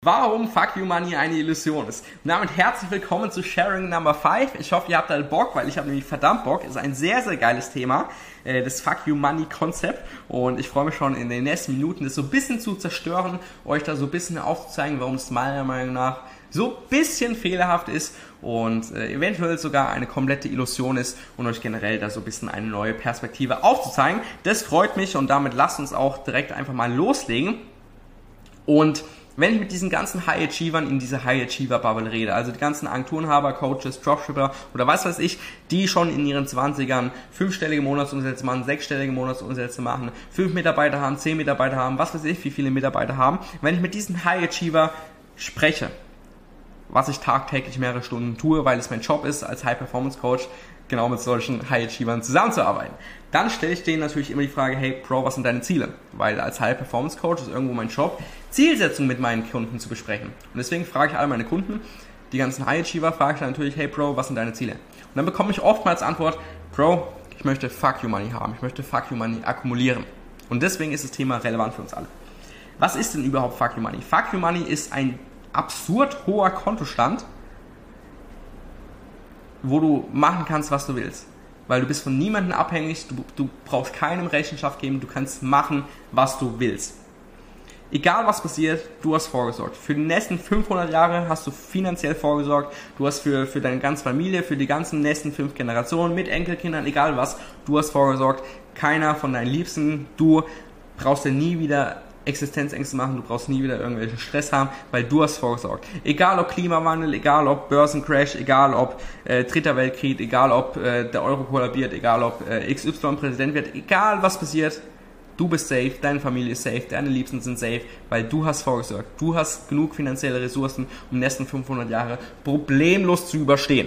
Warum Fuck You Money eine Illusion ist. Und damit herzlich willkommen zu Sharing Number 5. Ich hoffe, ihr habt alle Bock, weil ich habe nämlich verdammt Bock. Es ist ein sehr, sehr geiles Thema, das Fuck You Money Konzept. Und ich freue mich schon in den nächsten Minuten, das so ein bisschen zu zerstören, euch da so ein bisschen aufzuzeigen, warum es meiner Meinung nach so ein bisschen fehlerhaft ist und eventuell sogar eine komplette Illusion ist und euch generell da so ein bisschen eine neue Perspektive aufzuzeigen. Das freut mich und damit lasst uns auch direkt einfach mal loslegen. Und wenn ich mit diesen ganzen High Achievern in dieser High Achiever Bubble rede, also die ganzen Agenturenhaber, Coaches, Dropshipper oder was weiß ich, die schon in ihren 20ern 5-stellige Monatsumsätze machen, 6-stellige Monatsumsätze machen, 5 Mitarbeiter haben, 10 Mitarbeiter haben, was weiß ich, wie viele Mitarbeiter haben. Wenn ich mit diesen High Achiever spreche, was ich tagtäglich mehrere Stunden tue, weil es mein Job ist, als High Performance Coach genau mit solchen High Achievern zusammenzuarbeiten, dann stelle ich denen natürlich immer die Frage, hey Bro, was sind deine Ziele? Weil als High Performance Coach ist irgendwo mein Job, Zielsetzung mit meinen Kunden zu besprechen. Und deswegen frage ich alle meine Kunden, die ganzen High Achiever, frage ich dann natürlich, hey Bro, was sind deine Ziele? Und dann bekomme ich oftmals Antwort, Bro, ich möchte Fuck You Money haben, ich möchte Fuck You Money akkumulieren. Und deswegen ist das Thema relevant für uns alle. Was ist denn überhaupt Fuck You Money? Fuck You Money ist ein absurd hoher Kontostand, wo du machen kannst, was du willst. Weil du bist von niemandem abhängig, du brauchst keinem Rechenschaft geben, du kannst machen, was du willst. Egal was passiert, du hast vorgesorgt. Für die nächsten 500 Jahre hast du finanziell vorgesorgt, du hast für deine ganze Familie, für die ganzen nächsten 5 Generationen mit Enkelkindern, egal was, du hast vorgesorgt. Keiner von deinen Liebsten, du brauchst dir nie wieder Existenzängste machen, du brauchst nie wieder irgendwelchen Stress haben, weil du hast vorgesorgt. Egal ob Klimawandel, egal ob Börsencrash, egal ob Dritter Weltkrieg, egal ob der Euro kollabiert, egal ob XY Präsident wird, egal was passiert, du bist safe, deine Familie ist safe, deine Liebsten sind safe, weil du hast vorgesorgt. Du hast genug finanzielle Ressourcen, um die nächsten 500 Jahre problemlos zu überstehen.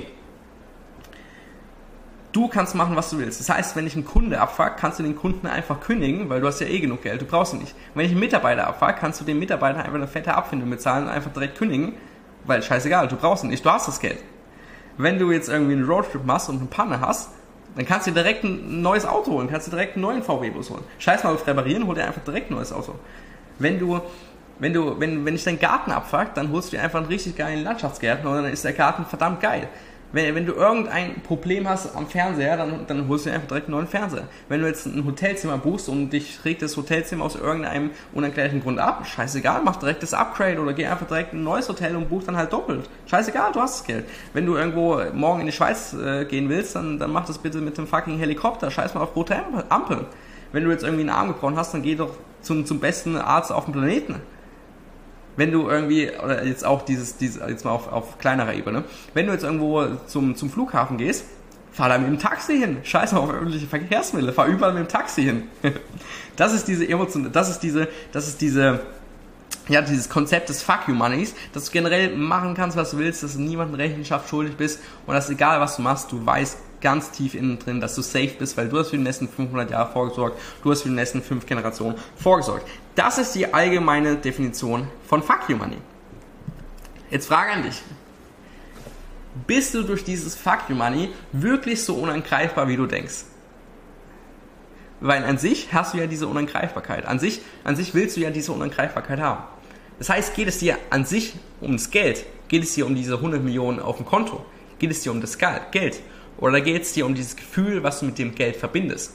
Du kannst machen, was du willst. Das heißt, wenn dich ein Kunde abfuckt, kannst du den Kunden einfach kündigen, weil du hast ja eh genug Geld, du brauchst ihn nicht. Wenn dich ein Mitarbeiter abfuckt, kannst du dem Mitarbeiter einfach eine fette Abfindung bezahlen und einfach direkt kündigen, weil scheißegal, du brauchst ihn nicht, du hast das Geld. Wenn du jetzt irgendwie einen Roadtrip machst und eine Panne hast, dann kannst du dir direkt ein neues Auto holen, kannst du direkt einen neuen VW-Bus holen. Scheiß mal auf Reparieren, hol dir einfach direkt ein neues Auto. Wenn dich dein Garten abfuckt, dann holst du dir einfach einen richtig geilen Landschaftsgärtner und dann ist der Garten verdammt geil. Wenn du irgendein Problem hast am Fernseher, dann holst du dir einfach direkt einen neuen Fernseher. Wenn du jetzt ein Hotelzimmer buchst und dich regt das Hotelzimmer aus irgendeinem unerklärlichen Grund ab, scheißegal, mach direkt das Upgrade oder geh einfach direkt in ein neues Hotel und buch dann halt doppelt. Scheißegal, du hast das Geld. Wenn du irgendwo morgen in die Schweiz gehen willst, dann mach das bitte mit dem fucking Helikopter. Scheiß mal auf rote Ampeln. Wenn du jetzt irgendwie einen Arm gebrochen hast, dann geh doch zum besten Arzt auf dem Planeten. Wenn du irgendwie, oder jetzt auch jetzt mal auf kleinerer Ebene, wenn du jetzt irgendwo zum Flughafen gehst, fahr da mit dem Taxi hin. Scheiß mal auf öffentliche Verkehrsmittel, fahr überall mit dem Taxi hin. Das ist diese Emotion, dieses Konzept des Fuck You Moneys, dass du generell machen kannst, was du willst, dass du niemandem Rechenschaft schuldig bist und dass egal was du machst, du weißt ganz tief innen drin, dass du safe bist, weil du hast für die nächsten 500 Jahre vorgesorgt, du hast für die nächsten 5 Generationen vorgesorgt. Das ist die allgemeine Definition von Fuck You Money. Jetzt Frage an dich. Bist du durch dieses Fuck You Money wirklich so unangreifbar, wie du denkst? Weil an sich hast du ja diese Unangreifbarkeit. An sich willst du ja diese Unangreifbarkeit haben. Das heißt, geht es dir an sich ums Geld? Geht es dir um diese 100 Millionen auf dem Konto? Geht es dir um das Geld? Oder geht es dir um dieses Gefühl, was du mit dem Geld verbindest?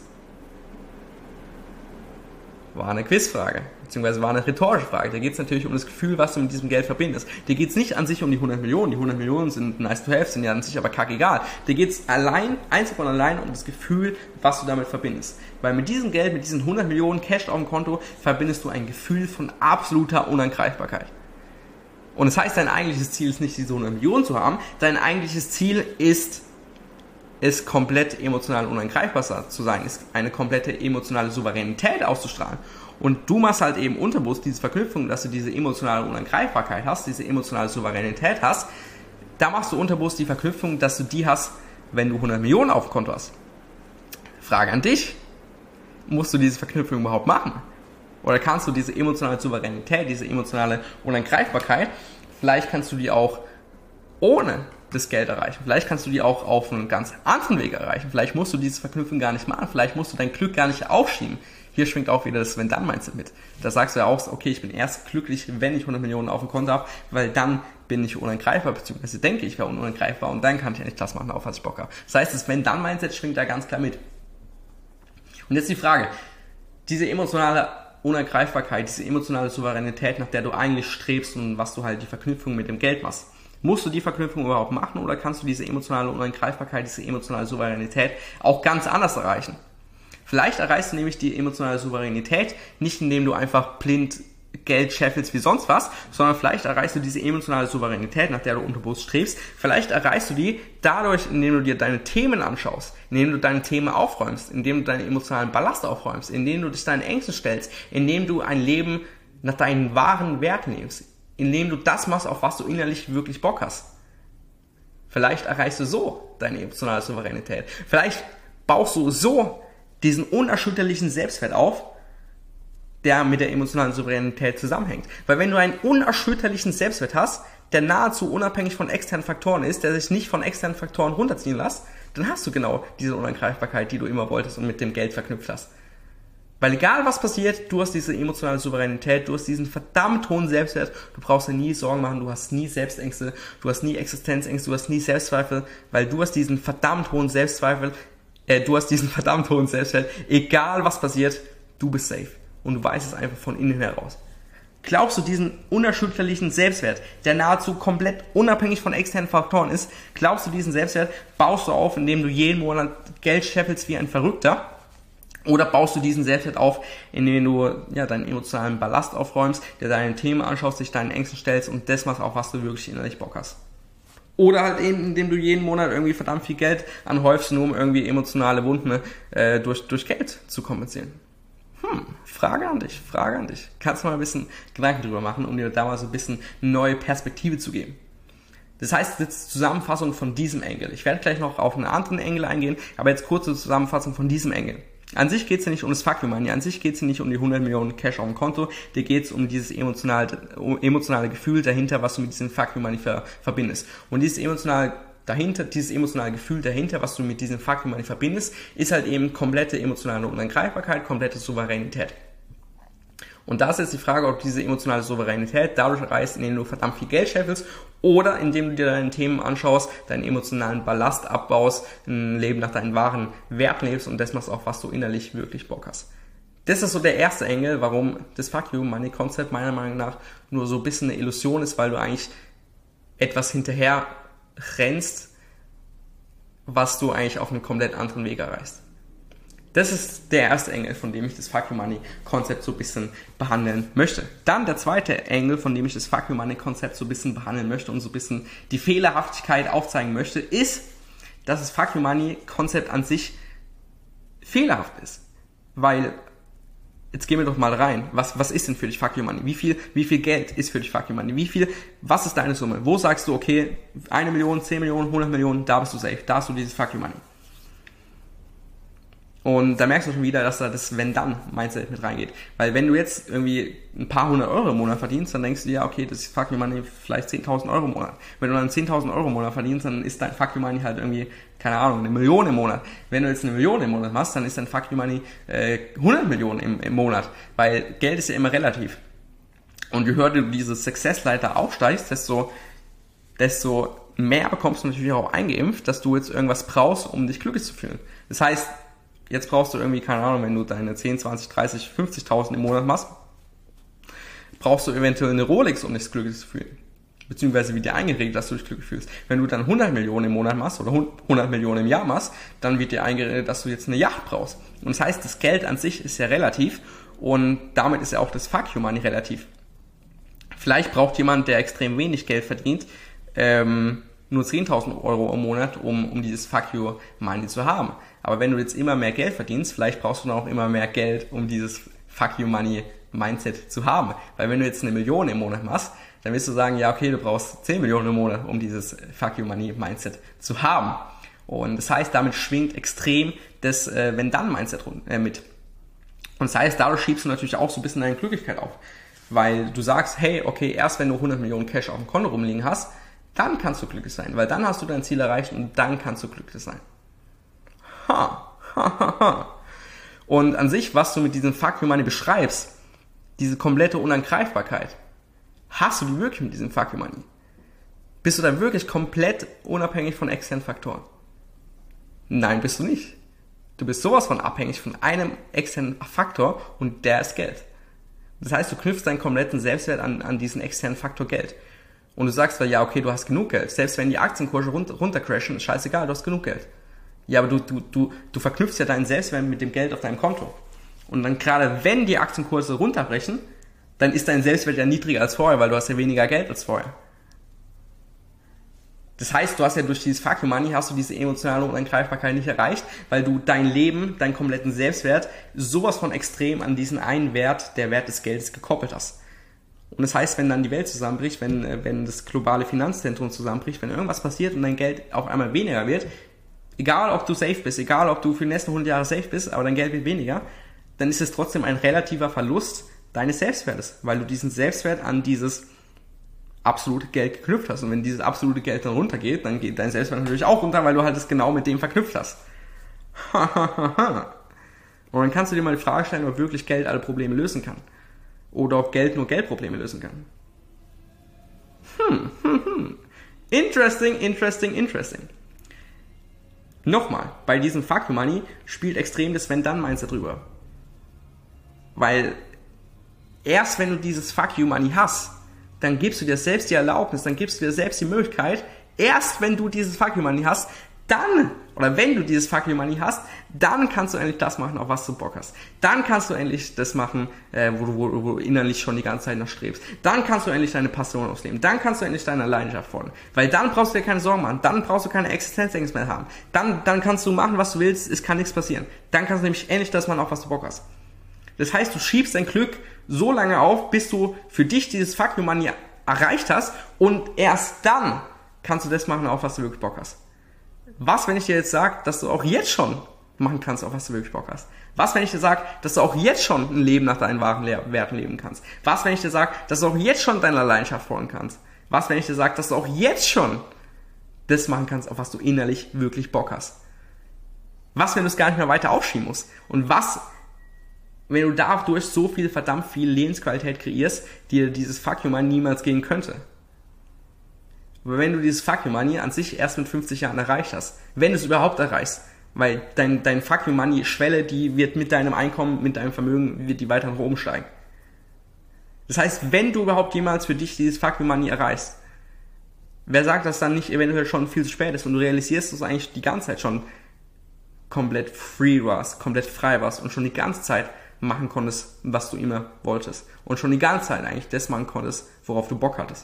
War eine Quizfrage, beziehungsweise war eine rhetorische Frage. Da geht es natürlich um das Gefühl, was du mit diesem Geld verbindest. Dir geht es nicht an sich um die 100 Millionen. Die 100 Millionen sind nice to have, sind ja an sich aber kackegal. Dir geht es einzig und allein um das Gefühl, was du damit verbindest. Weil mit diesem Geld, mit diesen 100 Millionen Cash auf dem Konto, verbindest du ein Gefühl von absoluter Unangreifbarkeit. Und das heißt, dein eigentliches Ziel ist nicht, diese 100 Millionen zu haben. Dein eigentliches Ziel ist komplett emotional unangreifbar zu sein, ist eine komplette emotionale Souveränität auszustrahlen. Und du machst halt eben unterbewusst diese Verknüpfung, dass du diese emotionale Unangreifbarkeit hast, diese emotionale Souveränität hast. Da machst du unterbewusst die Verknüpfung, dass du die hast, wenn du 100 Millionen auf dem Konto hast. Frage an dich, musst du diese Verknüpfung überhaupt machen? Oder kannst du diese emotionale Souveränität, diese emotionale Unangreifbarkeit, vielleicht kannst du die auch ohne das Geld erreichen. Vielleicht kannst du die auch auf einen ganz anderen Weg erreichen. Vielleicht musst du diese Verknüpfung gar nicht machen. Vielleicht musst du dein Glück gar nicht aufschieben. hier schwingt auch wieder das Wenn-Dann-Mindset mit. Da sagst du ja auch, okay, ich bin erst glücklich, wenn ich 100 Millionen auf dem Konto habe, weil dann bin ich unangreifbar, beziehungsweise denke ich wäre unangreifbar und dann kann ich eigentlich das machen, auf was ich Bock habe. Das heißt, das Wenn-Dann-Mindset schwingt da ganz klar mit. Und jetzt die Frage, diese emotionale Unangreifbarkeit, diese emotionale Souveränität, nach der du eigentlich strebst und was du halt die Verknüpfung mit dem Geld machst. Musst du die Verknüpfung überhaupt machen oder kannst du diese emotionale Unangreifbarkeit, diese emotionale Souveränität auch ganz anders erreichen? Vielleicht erreichst du nämlich die emotionale Souveränität nicht, indem du einfach blind Geld scheffelst wie sonst was, sondern vielleicht erreichst du diese emotionale Souveränität, nach der du unterbewusst strebst. Vielleicht erreichst du die dadurch, indem du dir deine Themen anschaust, indem du deine Themen aufräumst, indem du deinen emotionalen Ballast aufräumst, indem du dich deinen Ängsten stellst, indem du ein Leben nach deinen wahren Werten lebst, indem du das machst, auf was du innerlich wirklich Bock hast. Vielleicht erreichst du so deine emotionale Souveränität. Vielleicht baust du so diesen unerschütterlichen Selbstwert auf, der mit der emotionalen Souveränität zusammenhängt. Weil wenn du einen unerschütterlichen Selbstwert hast, der nahezu unabhängig von externen Faktoren ist, der sich nicht von externen Faktoren runterziehen lässt, dann hast du genau diese Unangreifbarkeit, die du immer wolltest und mit dem Geld verknüpft hast. Weil egal was passiert, du hast diese emotionale Souveränität, du hast diesen verdammt hohen Selbstwert, du brauchst dir nie Sorgen machen, du hast nie Selbstängste, du hast nie Existenzängste, du hast nie Selbstzweifel, weil du hast diesen verdammt hohen Selbstzweifel, du hast diesen verdammt hohen Selbstwert, egal was passiert, du bist safe. Und du weißt es einfach von innen heraus. Glaubst du diesen unerschütterlichen Selbstwert, der nahezu komplett unabhängig von externen Faktoren ist, glaubst du diesen Selbstwert, baust du auf, indem du jeden Monat Geld scheffelst wie ein Verrückter? Oder baust du diesen Selbstwert auf, indem du deinen emotionalen Ballast aufräumst, dir deine Themen anschaust, dich deinen Ängsten stellst und das machst, auf was du wirklich innerlich Bock hast? Oder halt eben, indem du jeden Monat irgendwie verdammt viel Geld anhäufst, nur um irgendwie emotionale Wunden durch Geld zu kompensieren. Frage an dich. Kannst du mal ein bisschen Gedanken drüber machen, um dir da mal so ein bisschen eine neue Perspektive zu geben. Das heißt, jetzt Zusammenfassung von diesem Engel. Ich werde gleich noch auf einen anderen Engel eingehen, aber jetzt kurze Zusammenfassung von diesem Engel. An sich geht es ja nicht um das Fuck You Money, an sich geht es ja nicht um die 100 Millionen Cash auf dem Konto, dir geht es um dieses emotionale Gefühl dahinter, was du mit diesem Fuck You Money verbindest. Und dieses emotionale Gefühl dahinter, was du mit diesem Fuck You Money verbindest, ist halt eben komplette emotionale Unangreifbarkeit, komplette Souveränität. Und da ist jetzt die Frage, ob du diese emotionale Souveränität dadurch erreichst, indem du verdammt viel Geld scheffelst oder indem du dir deine Themen anschaust, deinen emotionalen Ballast abbaust, ein Leben nach deinen wahren Werten lebst und das machst auch, was du innerlich wirklich Bock hast. Das ist so der erste Engel, warum das Fuck You Money Konzept meiner Meinung nach nur so ein bisschen eine Illusion ist, weil du eigentlich etwas hinterher rennst, was du eigentlich auf einem komplett anderen Weg erreichst. Das ist der erste Engel, von dem ich das Fuck You Money Konzept so ein bisschen behandeln möchte. Dann der zweite Engel, von dem ich das Fuck You Money Konzept so ein bisschen behandeln möchte und so ein bisschen die Fehlerhaftigkeit aufzeigen möchte, ist, dass das Fuck You Money Konzept an sich fehlerhaft ist. Weil, jetzt gehen wir doch mal rein, was ist denn für dich Fuck You Money? Wie viel Geld ist für dich Fuck You Money? Was ist deine Summe? Wo sagst du, okay, 1 Million, 10 Millionen, 100 Millionen, da bist du safe, da hast du dieses Fuck You Money. Und da merkst du schon wieder, dass da das Wenn-Dann-Mindset mit reingeht. Weil wenn du jetzt irgendwie ein paar 100 Euro im Monat verdienst, dann denkst du dir, okay, das ist Fuck You Money vielleicht 10.000 Euro im Monat. Wenn du dann 10.000 Euro im Monat verdienst, dann ist dein Fuck You Money halt irgendwie, keine Ahnung, 1 Million im Monat. Wenn du jetzt 1 Million im Monat machst, dann ist dein Fuck You Money 100 Millionen im Monat. Weil Geld ist ja immer relativ. Und je höher du diese Success-Leiter aufsteigst, desto mehr bekommst du natürlich auch eingeimpft, dass du jetzt irgendwas brauchst, um dich glücklich zu fühlen. Das heißt, jetzt brauchst du irgendwie, keine Ahnung, wenn du deine 10, 20, 30, 50.000 im Monat machst, brauchst du eventuell eine Rolex, um dich glücklich zu fühlen. Beziehungsweise wie dir eingeredet, dass du dich glücklich fühlst. Wenn du dann 100 Millionen im Monat machst oder 100 Millionen im Jahr machst, dann wird dir eingeredet, dass du jetzt eine Yacht brauchst. Und das heißt, das Geld an sich ist ja relativ und damit ist ja auch das Fuck You Money relativ. Vielleicht braucht jemand, der extrem wenig Geld verdient, nur 10.000 Euro im Monat, um dieses Fuck You Money zu haben. Aber wenn du jetzt immer mehr Geld verdienst, vielleicht brauchst du dann auch immer mehr Geld, um dieses Fuck You Money Mindset zu haben. Weil wenn du jetzt 1 Million im Monat machst, dann wirst du sagen, ja okay, du brauchst 10 Millionen im Monat, um dieses Fuck You Money Mindset zu haben. Und das heißt, damit schwingt extrem das Wenn-Dann-Mindset mit. Und das heißt, dadurch schiebst du natürlich auch so ein bisschen deine Glücklichkeit auf. Weil du sagst, hey, okay, erst wenn du 100 Millionen Cash auf dem Konto rumliegen hast, dann kannst du glücklich sein. Weil dann hast du dein Ziel erreicht und dann kannst du glücklich sein. Und an sich, was du mit diesem Fuck You Money beschreibst, diese komplette Unangreifbarkeit, hast du die wirklich mit diesem Fuck You Money? Bist du da wirklich komplett unabhängig von externen Faktoren? Nein, bist du nicht. Du bist sowas von abhängig von einem externen Faktor und der ist Geld. Das heißt, du knüpfst deinen kompletten Selbstwert an diesen externen Faktor Geld. Und du sagst, ja, okay, du hast genug Geld. Selbst wenn die Aktienkurse runtercrashen, ist scheißegal, du hast genug Geld. Ja, aber du verknüpfst ja deinen Selbstwert mit dem Geld auf deinem Konto. Und dann gerade wenn die Aktienkurse runterbrechen, dann ist dein Selbstwert ja niedriger als vorher, weil du hast ja weniger Geld als vorher. Das heißt, du hast ja durch dieses Fuck You Money hast du diese emotionale Unangreifbarkeit nicht erreicht, weil du dein Leben, deinen kompletten Selbstwert sowas von extrem an diesen einen Wert, der Wert des Geldes, gekoppelt hast. Und das heißt, wenn dann die Welt zusammenbricht, wenn das globale Finanzzentrum zusammenbricht, wenn irgendwas passiert und dein Geld auf einmal weniger wird, egal ob du safe bist, egal ob du für die nächsten 100 Jahre safe bist, aber dein Geld wird weniger, dann ist es trotzdem ein relativer Verlust deines Selbstwertes, weil du diesen Selbstwert an dieses absolute Geld geknüpft hast. Und wenn dieses absolute Geld dann runtergeht, dann geht dein Selbstwert natürlich auch runter, weil du halt es genau mit dem verknüpft hast. Und dann kannst du dir mal die Frage stellen, ob wirklich Geld alle Probleme lösen kann. Oder ob Geld nur Geldprobleme lösen kann. Interesting. Nochmal, bei diesem Fuck You Money spielt extrem das Wenn-Dann-Mindset drüber. Weil erst wenn du dieses Fuck You Money hast, dann gibst du dir selbst die Erlaubnis, dann gibst du dir selbst die Möglichkeit, erst wenn du dieses Fuck You Money hast, dann, oder wenn du dieses Fuck You Money hast, dann kannst du endlich das machen, auf was du Bock hast. Dann kannst du endlich das machen, wo du innerlich schon die ganze Zeit nach strebst. Dann kannst du endlich deine Passion ausleben. Dann kannst du endlich deiner Leidenschaft folgen. Weil dann brauchst du dir keine Sorgen machen. Dann brauchst du keine Existenzängste mehr haben. Dann kannst du machen, was du willst. Es kann nichts passieren. Dann kannst du nämlich endlich das machen, auf was du Bock hast. Das heißt, du schiebst dein Glück so lange auf, bis du für dich dieses Fuck You Money erreicht hast und erst dann kannst du das machen, auf was du wirklich Bock hast. Was, wenn ich dir jetzt sage, dass du auch jetzt schon machen kannst, auf was du wirklich Bock hast? Was, wenn ich dir sage, dass du auch jetzt schon ein Leben nach deinen wahren Werten leben kannst? Was, wenn ich dir sage, dass du auch jetzt schon deiner Leidenschaft folgen kannst? Was, wenn ich dir sage, dass du auch jetzt schon das machen kannst, auf was du innerlich wirklich Bock hast? Was, wenn du es gar nicht mehr weiter aufschieben musst? Und was, wenn du dadurch so verdammt viel Lebensqualität kreierst, die dir dieses Fuck You Money niemals geben könnte? Aber wenn du dieses Fuck You Money an sich erst mit 50 Jahren erreicht hast, wenn du es überhaupt erreichst, weil dein Fuck You Money Schwelle, die wird mit deinem Einkommen, mit deinem Vermögen, wird die weiter nach oben steigen. Das heißt, wenn du überhaupt jemals für dich dieses Fuck You Money erreichst, wer sagt, dass dann nicht eventuell schon viel zu spät ist und du realisierst, dass du eigentlich die ganze Zeit schon komplett free warst, komplett frei warst und schon die ganze Zeit machen konntest, was du immer wolltest. Und schon die ganze Zeit eigentlich das machen konntest, worauf du Bock hattest.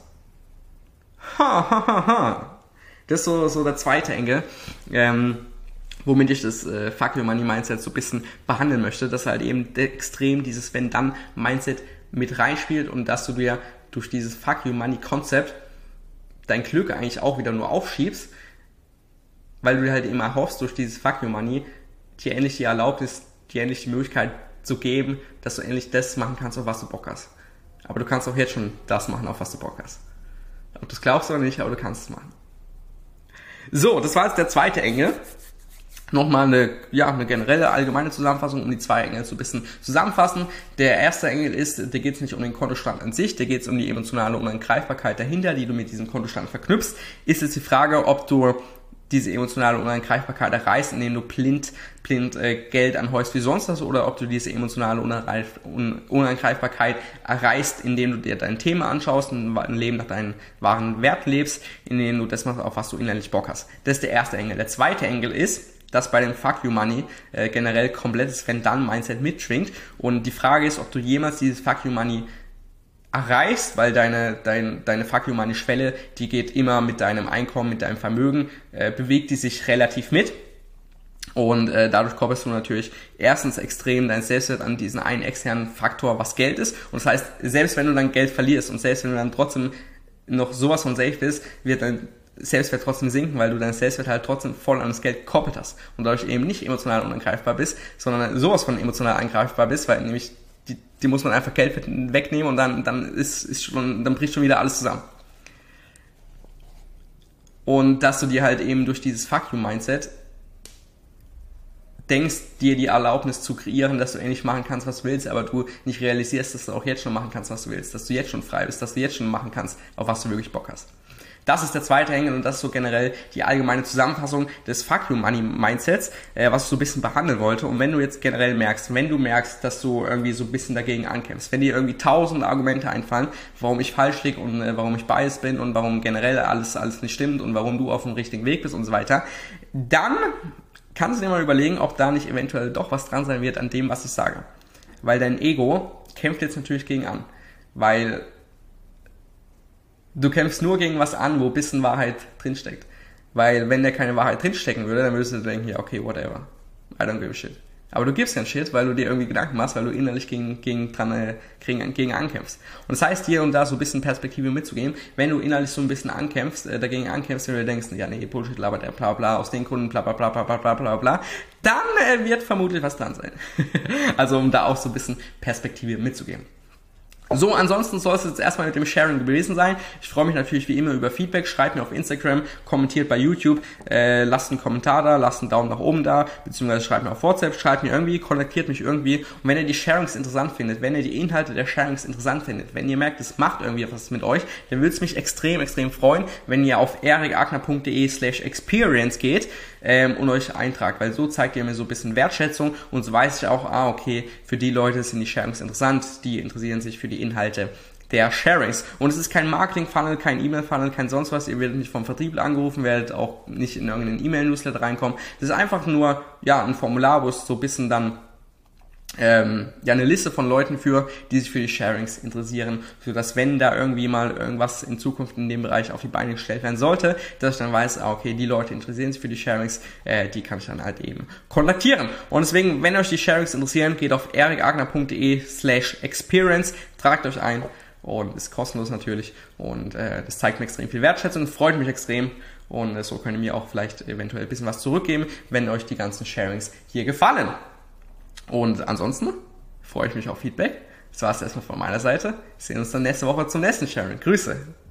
Das ist so der zweite Engel, womit ich das Fuck You Money Mindset so ein bisschen behandeln möchte, dass halt eben extrem dieses Wenn-Dann-Mindset mit reinspielt und dass du dir durch dieses Fuck You Money Konzept dein Glück eigentlich auch wieder nur aufschiebst, weil du dir halt immer hoffst, durch dieses Fuck You Money dir endlich die Erlaubnis, dir endlich die Möglichkeit zu geben, dass du endlich das machen kannst, auf was du Bock hast. Aber du kannst auch jetzt schon das machen, auf was du Bock hast. Ob du es glaubst oder nicht, aber du kannst es machen. So, das war jetzt der zweite Engel. Nochmal eine generelle, allgemeine Zusammenfassung, um die zwei Engel so ein bisschen zusammenfassen. Der erste Engel ist, da geht es nicht um den Kontostand an sich, da geht es um die emotionale Unangreifbarkeit dahinter, die du mit diesem Kontostand verknüpfst. Ist jetzt die Frage, ob du diese emotionale Unangreifbarkeit erreichst, indem du blind Geld anhäufst wie sonst was, oder ob du diese emotionale Unangreifbarkeit erreichst, indem du dir dein Thema anschaust, ein Leben nach deinen wahren Werten lebst, indem du das machst, auf was du innerlich Bock hast. Das ist der erste Engel. Der zweite Engel ist, dass bei dem Fuck You Money generell komplettes Wenn-Dann-Mindset mitschwingt, und die Frage ist, ob du jemals dieses Fuck You Money erreichst, weil deine Fuck You Money Schwelle, die geht immer mit deinem Einkommen, mit deinem Vermögen, bewegt die sich relativ mit, und dadurch koppelst du natürlich erstens extrem dein Selbstwert an diesen einen externen Faktor, was Geld ist, und das heißt, selbst wenn du dann Geld verlierst und selbst wenn du dann trotzdem noch sowas von safe bist, wird dein Selbstwert trotzdem sinken, weil du dein Selbstwert halt trotzdem voll an das Geld gekoppelt hast und dadurch eben nicht emotional unangreifbar bist, sondern sowas von emotional angreifbar bist, weil nämlich die muss man einfach Geld wegnehmen und dann bricht schon wieder alles zusammen. Und dass du dir halt eben durch dieses Fuck You Mindset denkst, dir die Erlaubnis zu kreieren, dass du endlich machen kannst, was du willst, aber du nicht realisierst, dass du auch jetzt schon machen kannst, was du willst, dass du jetzt schon frei bist, dass du jetzt schon machen kannst, auf was du wirklich Bock hast. Das ist der zweite Engel und das ist so generell die allgemeine Zusammenfassung des Fuck You Money Mindsets, was ich so ein bisschen behandeln wollte. Und wenn du jetzt generell merkst, dass du irgendwie so ein bisschen dagegen ankämpfst, wenn dir irgendwie 1000 Argumente einfallen, warum ich falsch liege und warum ich biased bin und warum generell alles nicht stimmt und warum du auf dem richtigen Weg bist und so weiter, dann kannst du dir mal überlegen, ob da nicht eventuell doch was dran sein wird an dem, was ich sage. Weil dein Ego kämpft jetzt natürlich gegen an. Weil du kämpfst nur gegen was an, wo ein bisschen Wahrheit drinsteckt. Weil wenn da keine Wahrheit drinstecken würde, dann würdest du denken, ja, okay, whatever. I don't give a shit. Aber du gibst keinen Shit, weil du dir irgendwie Gedanken machst, weil du innerlich gegen ankämpfst. Und das heißt, hier und da so ein bisschen Perspektive mitzugeben, wenn du innerlich so ein bisschen dagegen ankämpfst, wenn du denkst, ja, nee, Bullshit, labert der, bla bla, aus den Gründen, bla bla bla bla bla bla bla, dann wird vermutlich was dran sein. Also um da auch so ein bisschen Perspektive mitzugeben. So, ansonsten soll es jetzt erstmal mit dem Sharing gewesen sein. Ich freue mich natürlich wie immer über Feedback. Schreibt mir auf Instagram, kommentiert bei YouTube, lasst einen Kommentar da, lasst einen Daumen nach oben da, beziehungsweise schreibt mir auf WhatsApp, schreibt mir irgendwie, kontaktiert mich irgendwie. Und wenn ihr die Sharings interessant findet, wenn ihr die Inhalte der Sharings interessant findet, wenn ihr merkt, es macht irgendwie was mit euch, dann würde es mich extrem, extrem freuen, wenn ihr auf erikagner.de/experience geht und euch eintragt, weil so zeigt ihr mir so ein bisschen Wertschätzung und so weiß ich auch, okay, für die Leute sind die Sharings interessant, die interessieren sich für die Inhalte der Sharings. Und es ist kein Marketing-Funnel, kein E-Mail-Funnel, kein sonst was. Ihr werdet nicht vom Vertriebler angerufen, werdet auch nicht in irgendeinen E-Mail-Newsletter reinkommen. Das ist einfach nur ein Formular, wo es so ein bisschen dann eine Liste von Leuten die sich für die Sharings interessieren, sodass wenn da irgendwie mal irgendwas in Zukunft in dem Bereich auf die Beine gestellt werden sollte, dass ich dann weiß, okay, die Leute interessieren sich für die Sharings, die kann ich dann halt eben kontaktieren. Und deswegen, wenn euch die Sharings interessieren, geht auf erikagner.de/experience, tragt euch ein und ist kostenlos natürlich und das zeigt mir extrem viel Wertschätzung, freut mich extrem. Und so könnt ihr mir auch vielleicht eventuell ein bisschen was zurückgeben, wenn euch die ganzen Sharings hier gefallen. Und ansonsten freue ich mich auf Feedback. Das war es erstmal von meiner Seite. Wir sehen uns dann nächste Woche zum nächsten Sharing. Grüße!